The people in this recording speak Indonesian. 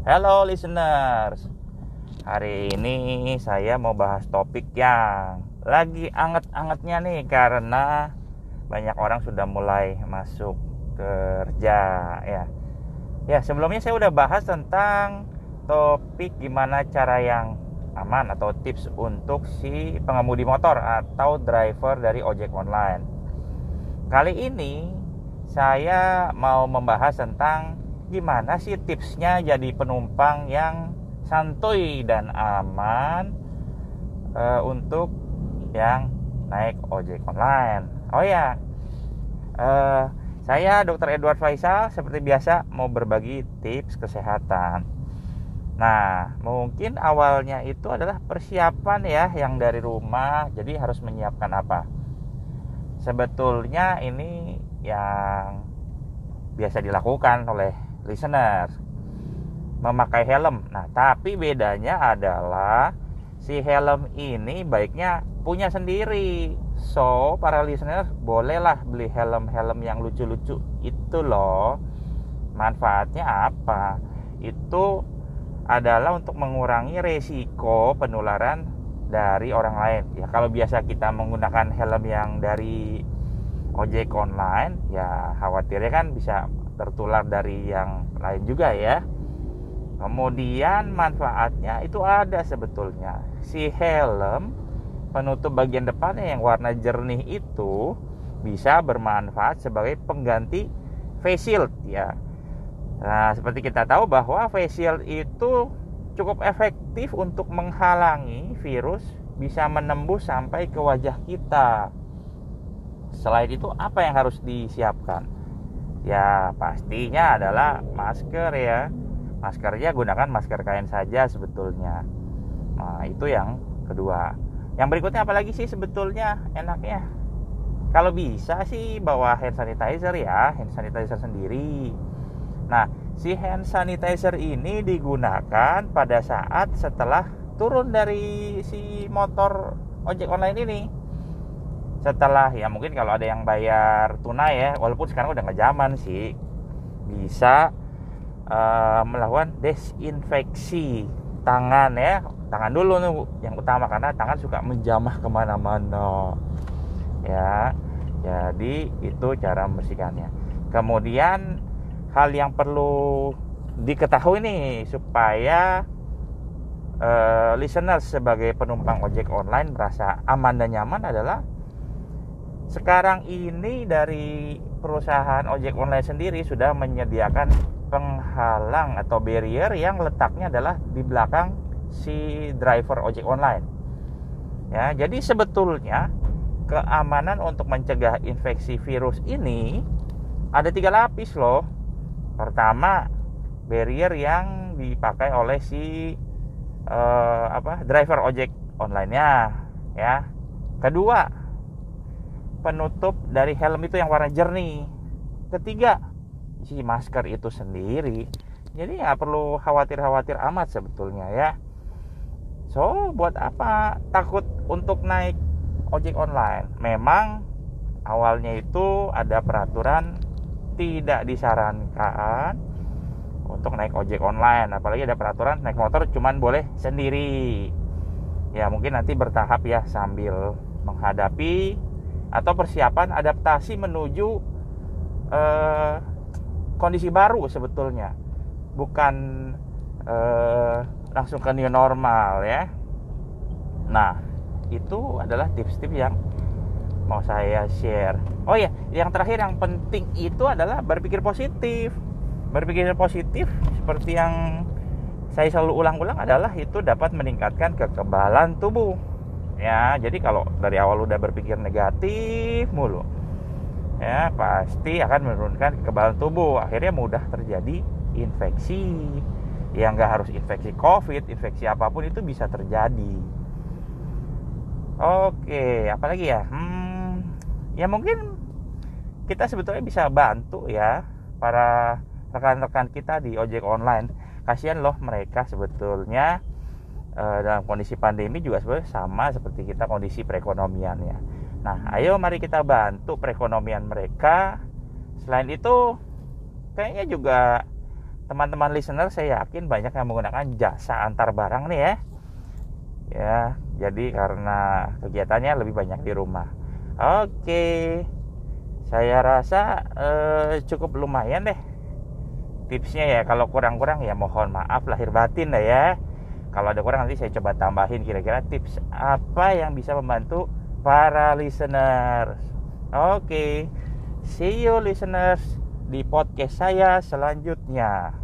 Hello listeners. Hari ini saya mau bahas topik yang lagi anget-angetnya nih, karena banyak orang sudah mulai masuk kerja ya. Ya, sebelumnya saya udah bahas tentang topik gimana cara yang aman atau tips untuk si pengemudi motor atau driver dari ojek online. Kali ini saya mau membahas tentang gimana sih tipsnya jadi penumpang yang santuy dan aman untuk yang naik ojek online. Oh ya, saya Dr. Edward Faisal seperti biasa mau berbagi tips kesehatan. Nah, mungkin awalnya itu adalah persiapan ya, yang dari rumah. Jadi harus menyiapkan apa? Sebetulnya ini yang biasa dilakukan oleh listener, memakai helm. Nah, tapi bedanya adalah si helm ini baiknya punya sendiri. So, para listener bolehlah beli helm-helm yang lucu-lucu itu loh. Manfaatnya apa? Itu adalah untuk mengurangi resiko penularan dari orang lain. Ya, kalau biasa kita menggunakan helm yang dari ojek online, ya khawatirnya kan bisa tertular dari yang lain juga ya. Kemudian manfaatnya itu ada sebetulnya. Si helm penutup bagian depannya yang warna jernih itu bisa bermanfaat sebagai pengganti face shield ya. Nah, seperti kita tahu bahwa face shield itu cukup efektif untuk menghalangi virus bisa menembus sampai ke wajah kita. Selain itu, apa yang harus disiapkan? Ya, pastinya adalah masker ya. Maskernya gunakan masker kain saja sebetulnya. Nah, itu yang kedua. Yang berikutnya apalagi sih sebetulnya enaknya? Kalau bisa sih bawa hand sanitizer ya, hand sanitizer sendiri. Nah, si hand sanitizer ini digunakan pada saat setelah turun dari si motor ojek online ini. Setelah ya, mungkin kalau ada yang bayar tunai ya, walaupun sekarang udah nggak zaman sih, bisa melakukan desinfeksi tangan ya. Tangan dulu nih yang utama, karena tangan suka menjamah kemana-mana ya. Jadi itu cara membersihkannya. Kemudian hal yang perlu diketahui nih supaya listener sebagai penumpang ojek online merasa aman dan nyaman adalah, sekarang ini dari perusahaan ojek online sendiri sudah menyediakan penghalang atau barrier yang letaknya adalah di belakang si driver ojek online. Ya, jadi sebetulnya keamanan untuk mencegah infeksi virus ini ada 3 lapis loh. Pertama, barrier yang dipakai oleh si driver ojek online-nya ya. Kedua, penutup dari helm itu yang warna jernih. Ketiga, si masker itu sendiri. Jadi nggak perlu khawatir amat sebetulnya ya. So, buat apa takut untuk naik ojek online? Memang awalnya itu ada peraturan tidak disarankan untuk naik ojek online. Apalagi ada peraturan naik motor cuman boleh sendiri. Ya, mungkin nanti bertahap ya, sambil menghadapi atau persiapan adaptasi menuju kondisi baru sebetulnya, bukan langsung ke new normal ya. Nah, itu adalah tips-tips yang mau saya share. Oh ya, yang terakhir yang penting itu adalah berpikir positif. Berpikir positif seperti yang saya selalu ulang-ulang adalah itu dapat meningkatkan kekebalan tubuh. Ya, jadi kalau dari awal udah berpikir negatif mulu, ya pasti akan menurunkan kekebalan tubuh. Akhirnya mudah terjadi infeksi. Ya, nggak harus infeksi COVID, infeksi apapun itu bisa terjadi. Oke, apalagi ya? Ya mungkin kita sebetulnya bisa bantu ya para rekan-rekan kita di ojek online. Kasihan loh mereka sebetulnya. Dalam kondisi pandemi juga sebenarnya sama seperti kita kondisi perekonomiannya. Nah, ayo mari kita bantu perekonomian mereka. Selain itu, kayaknya juga teman-teman listener saya yakin banyak yang menggunakan jasa antar barang nih ya, jadi karena kegiatannya lebih banyak di rumah. Oke, saya rasa cukup lumayan deh tipsnya ya. Kalau kurang-kurang ya mohon maaf lahir batin lah ya. Kalau ada kurang nanti saya coba tambahin kira-kira tips apa yang bisa membantu para listeners. Oke, see you listeners di podcast saya selanjutnya.